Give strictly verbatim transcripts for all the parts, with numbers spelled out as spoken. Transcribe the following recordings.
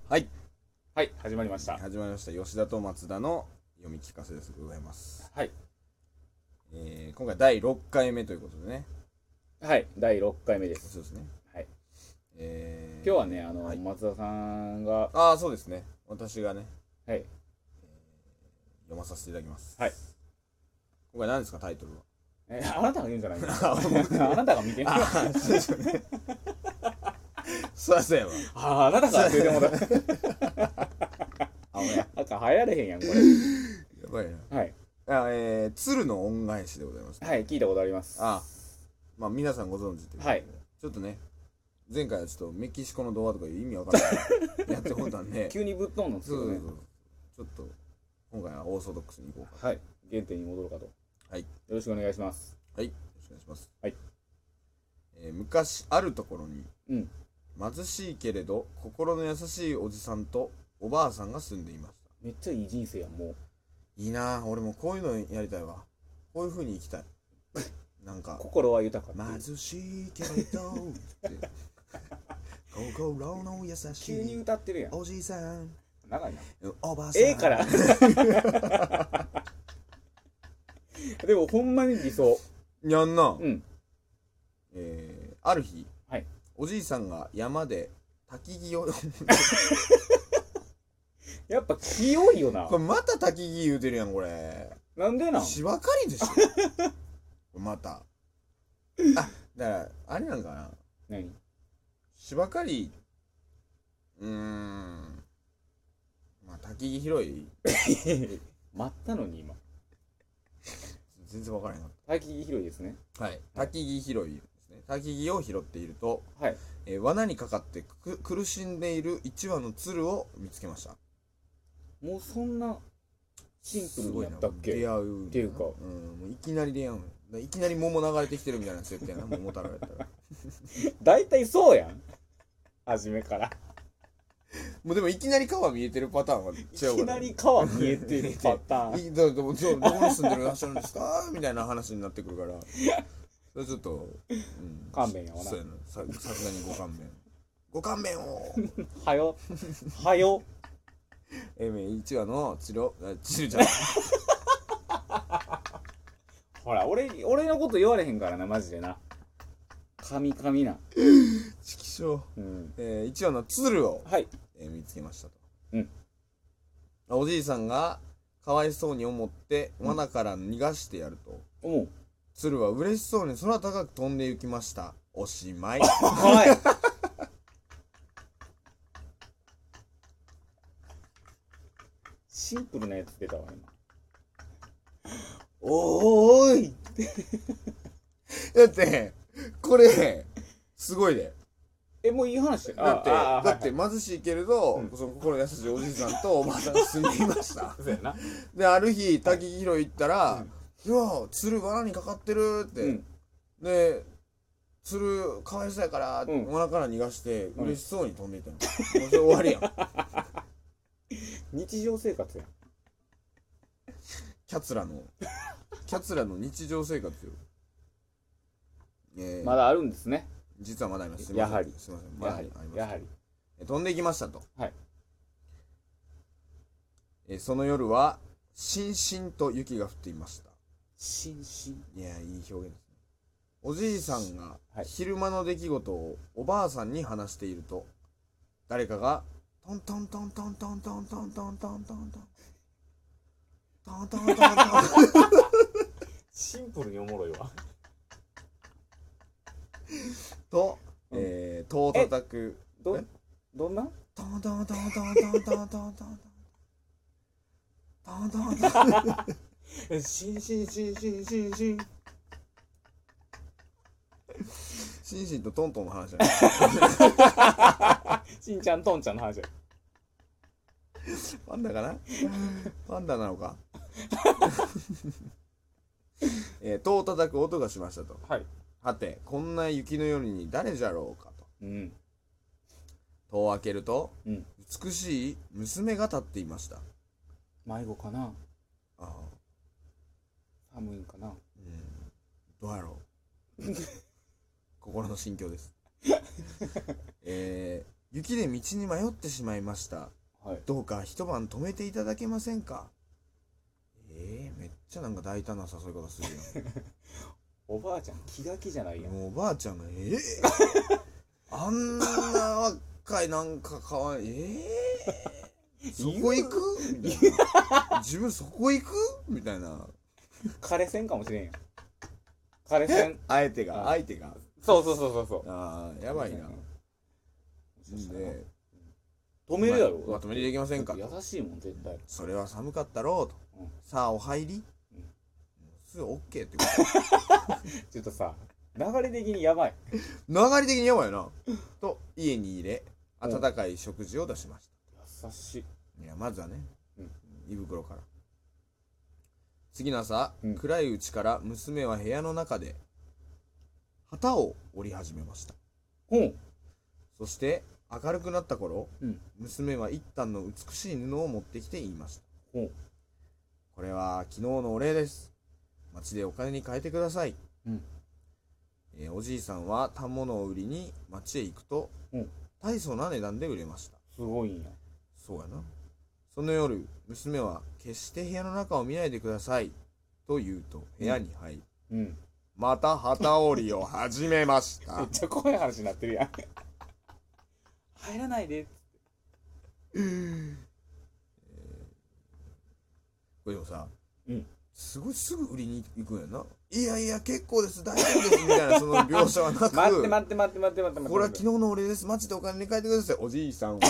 はい、 はい、始まりました。 始まりました。吉田と松田の読み聞かせですございます。 はい。 えー、今回だいろっかいめということでね。 はい、だいろっかいめです。 そうですね。 はい。 えー、 今日はね、あの、 はい、 松田さんが、 ああ、そうですね。私がね、 はい。 読まさせていただきます。 はい。 今回何ですか、タイトルは。 え、あなたが言うんじゃないのああなたが見てみよう。 ああ、そうですよね。そうそうやわ。 ああなたが言うてもらった。 あ、おや。 なんか流行れへんやん、これ。 やばいな。 はい。 あ、えー、鶴の恩返しでございます、 はい、聞いたことあります。 あ、まあ皆さんご存知ということで、 はい。 ちょっとね、前回はちょっとメキシコの童話とかいう意味わからないやってこたんで、 急にぶっ飛んだんですけどね。 そうそうそう。ちょっと今回はオーソドックスにいこうか。 はい。原点に戻るかと。 はい。 よろしくお願いします。 はい。よろしくお願いします。 はい。 えー昔あるところにうん。 貧しいけれど心の優しいおじさんとおばあさんが住んでいました。 めっちゃいい人生やん、もう。 いいなぁ。俺もこういうのやりたいわ。こういう風に生きたい。なんか、 心は豊かっていう。 貧しいけれどって心の優し急にい歌ってるやん。 おじさん、 長いな。 おばあさん。 ええから。でもほんまに理想。 やんな。 うん。 えー、ある日、 はい。 おじいさんが山で焚き木をやっぱ清いよな。 これまた焚き木言うてるやん、これ。 なんでなん？ 芝刈りでしょ。これまた。あ、だからあれなんかな、 何？ 芝刈り、うーん、まあ焚き木拾い待ったのに今。 全然分からへんかっ焚き木拾いですね。 た。はい、焚き木拾いですね。焚き木を拾っていると、 はい。 えー罠にかかってく苦しんでいる一羽の鶴を見つけました。 もうそんなシンプルにやったっけ？ 出会うっていうか、 うん、もういきなり出会うの。いきなり桃流れてきてるみたいな設定やな、桃太郎やったら。 大体そうやん。初めから。 もうでもいきなり川見えてるパターンは違うから、 いきなり川見えてるパターン。 いどどどどこに住んでらっしゃるんですかみたいな話になってくるから、それちょっと、うん、 勘弁やわな。 そうやな、ささすがにご勘弁ご勘弁をはよ。はよ。 えめいちわのチロチルちゃん。 ほら、俺、俺のこと言われへんからな、マジでな。神々な。 チキショー、 うん。 えー、いちわの鶴を、 はい。 えー見つけましたと。 うん。 おじいさんがかわいそうに思って罠から逃がしてやると、 思う。 鶴は嬉しそうに空高く飛んで行きました。おしまい。 はい。シンプルなやつ出たわ、今。おーい。 だってこれすごいで。 え、もういい話だってだっては貧しいけれど、 うんその心優しいおじいさんとおばあさんが住んでいました。 そうやな。 である日焚き木拾い行ったら「 うんいや鶴罠にかかってる」って、 うん。 で鶴かわいそうやからってうん罠から逃がしてうん嬉しそうに飛んでいったの、もうそれ終わりやん。 日常生活やん。 キャツラのキャツラの日常生活よ。えー、 まだあるんですね。 実はまだあります。すいませんやはりすいません、まだあやはりります。 やはり。 え飛んでいきましたと。 はい。 えその夜はしんしんと雪が降っていました。 しんしん。 いや、いい表現ですね。おじいさんがはい昼間の出来事をおばあさんに話していると、誰かがトントントントントントントントントントントントントントントンシンプルにおもろいわ。 と、 うんえー、戸を叩く。 どえどんな？ トントントントントントントントントントントントン。 え、しんしんしんしんしんしん。 シンシンとトントンの話だね。 しんちゃんとんちゃんの話や。 パンダかなパンダなのか。えー、戸を叩く音がしましたと。 はい。 はて、こんな雪の夜に誰じゃろうかと。 うん。 戸を開けると、 うん。 美しい娘が立っていました。 迷子かな？ ああ、 寒いんかな？ うん、どうやろう。心の心境です。え雪で道に迷ってしまいました。 はい。 どうか一晩泊めていただけませんか。えー、めっちゃなんか大胆な誘い方するやん。 おばあちゃん気が気じゃないやん。 もうおばあちゃんがえー、あんな若いなんかかわいいえー、そこ行くみたいな。自分そこ行くみたいな。 枯線かもしれんやん。枯線。 相手が相手がそうそうそうそうそう。 ああやばいな。で止めるやろ。 まとめにできませんか。 優しいもん絶対。 それは寒かったろうと、うん、さあお入り、うん、すぐ OK ってことちょっとさ流れ的にやばい流れ的にやばいなと家に入れ温かい食事を出しました。 優しい。 いやまずはね、うん、胃袋から。次の朝、うん、暗いうちから娘は部屋の中で旗を折り始めました。 うん、 そして明るくなった頃、 うん、 娘は一反の美しい布を持ってきて言いました。 うん、 これは昨日のお礼です。町でお金に変えてください。 うん、 えー、おじいさんは反物を売りに町へ行くと、 うん、 大層な値段で売れました。 すごいんや。 そうやな。その夜、娘は決して部屋の中を見ないでくださいと言うと部屋に入り、 うん、 また旗織りを始めました。 めっちゃ怖い話になってるやん。入らないでっつって、えー、 これでもさ、 うん、 すごいすぐ売りに行くんやな。いやいや結構です大丈夫ですみたいなその描写はなく待って待って待って待って待ってこれは昨日のお礼です。町でお金に変えてください。おじいさん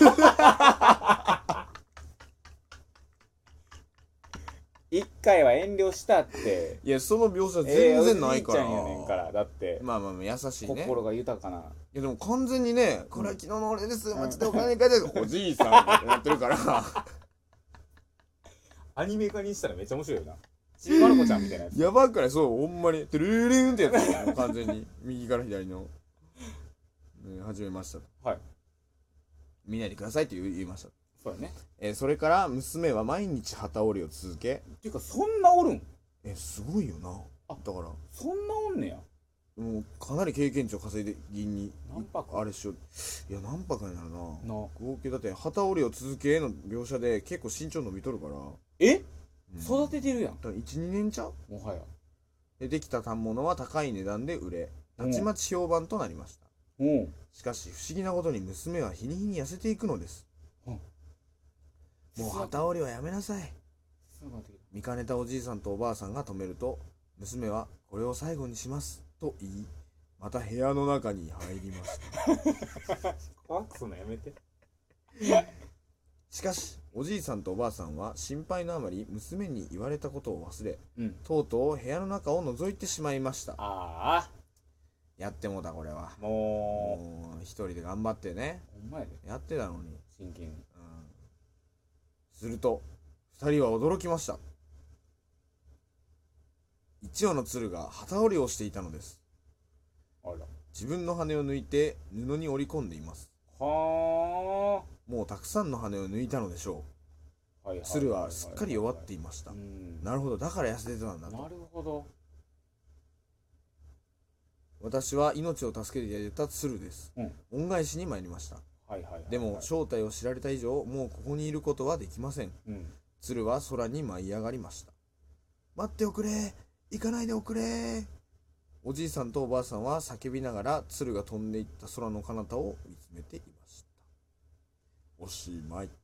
一回は遠慮したって。 いやその描写全然ないから、 えー、おじいちゃんやねんから。だってまあまあまあ優しいね、 心が豊かな。いやでも完全にね、これは昨日のお礼です、うん、町でお金に変えてください、おじいさんってなってるからアニメ化にしたらめっちゃ面白いよな。ちびまる子ちゃんみたいなやつ。 やばくない。そうほんまにてるるんってやつや完全に右から左の、ね、始めましたと。 はい。 見ないでくださいって言いました。 そうやね。 えー、それから娘は毎日旗織りを続け。 っていうかそんなおるん。 えー、すごいよな。 あだからそんなおんねや。 もうかなり経験値を稼いで銀に何泊あれしよう。いや何泊になるな。 な合計だって旗織りを続けの描写で結構身長伸びとるから。 え、うん、育ててるやん。 いちにねんちゃう。 もはやでできた反物は高い値段で売れたちまち評判となりました。 うん、 しかし不思議なことに娘は日に日に痩せていくのです。うん、もう旗織りはやめなさい。見かねたおじいさんとおばあさんが止めると娘はこれを最後にしますと言いまた部屋の中に入りました怖くすんのやめてしかしおじいさんとおばあさんは心配のあまり娘に言われたことを忘れ、うん、とうとう部屋の中を覗いてしまいました。 ああやってもうた。これはもうもう一人で頑張ってね、 ほんまやでやってたのに真剣に、うん、 すると二人は驚きました。一羽の鶴が旗織りをしていたのです。 あら、 自分の羽を抜いて布に織り込んでいます。 はあ、 もうたくさんの羽を抜いたのでしょう。はいはいはいはい、鶴はすっかり弱っていました。なるほど、だから痩せてたんだと。 なるほど。 私は命を助けていただいた鶴です、うん、恩返しに参りました。はいはいはいはい、でも正体を知られた以上もうここにいることはできません、うん、鶴は空に舞い上がりました。待っておくれ、行かないでおくれ。おじいさんとおばあさんは叫びながら鶴が飛んでいった空の彼方を見つめていました。おしまい。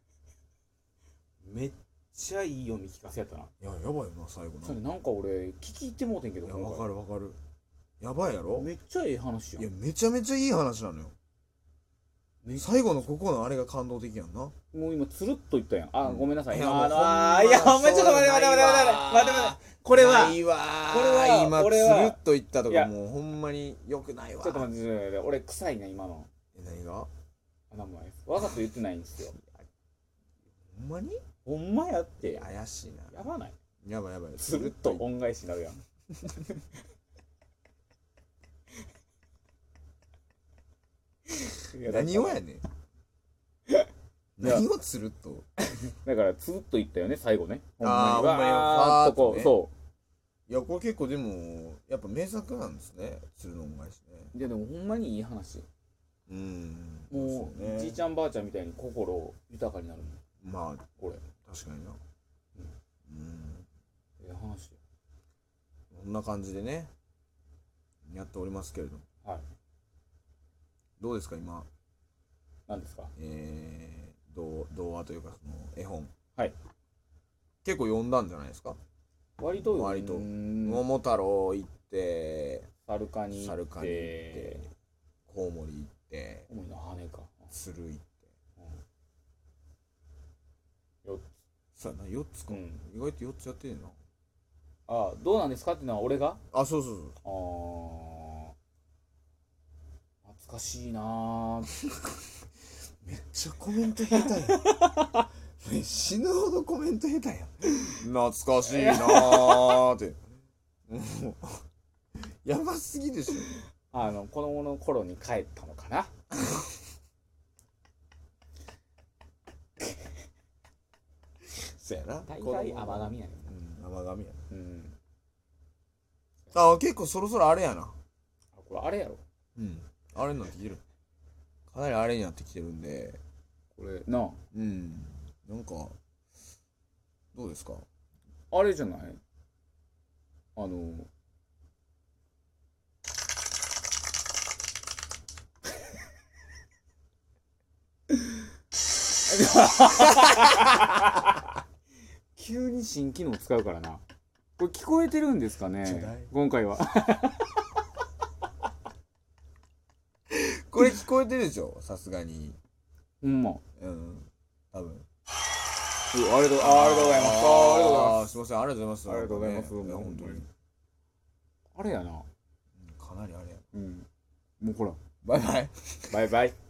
めっちゃいい読み聞かせやったな。いや、やばいよな最後な。 それなんか俺聞き入ってもうてんけど。いや、 わかるわかる。やばいやろ。 めっちゃいい話やん。 いや、めちゃめちゃいい話なのよ。最後のここのあれが感動的やんな。 もう今つるっと言ったやん。あ、うん、ごめんなさい。 いや、 あのあいや、お前ちょっと待って待って待って待って待って待って。これはないわー。これは今つるっと言ったとかもうほんまに良くないわ。 ちょっと待って、俺臭いな今の。 え、何が？ あ、なんもないです。わざと言ってないんですよ。 ほんまに？ ほんまやって。 怪しいな。 やばない？ やばいやばい。 つるっと恩返しになるやん。 何をやねん。何をつるっと。 だからつるっと言ったよね最後ね。 ああ、ほんまにわーっとこう、そう。 いや、これ結構でもやっぱ名作なんですね。鶴の恩返しね。 いやでもほんまにいい話。 うん。 もう、ね、じいちゃんばあちゃんみたいに心豊かになるもん。 まあこれ確かにな。うん。うん。 ええ話よ。 こんな感じでねやっておりますけれども。はい。どうですか今。 何ですか。 えー、童童話というかその絵本。 はい。 結構読んだんじゃないですか。 割と割と桃太郎行ってサルカニ行ってサルカニ行ってコウモリ行ってコウモリの羽か鶴行って、 うん、よっつさあなよっつか、うん、意外とよっつやってんな。 ああどうなんですかっていうのは俺があそうそうそうああ懐かしいなめっちゃコメント下手や死ぬほどコメント下手や懐かしいなーってもうやばすぎでしょ。 あの子供の頃に帰ったのかなそうやな大体甘噛みやねん。うん甘噛みやな。 うんあ結構そろそろあれやな。 あこれあれやろ。 うんあれになってきてる。かなりあれになってきてるんでこれなあうんなんかどうですか。 あれじゃないあの急に新機能使うからな。これ聞こえてるんですかね今回はこれ聞こえてるでしょさすがに。 ほんまうん多分ありがとうありがとうございます。ありがとうございます。 すみませんありがとうございます。 ありがとうございます。 ね、本当にあれやな。 かなりあれや。 うん。もうほら。 バイバイ。 バイバイ。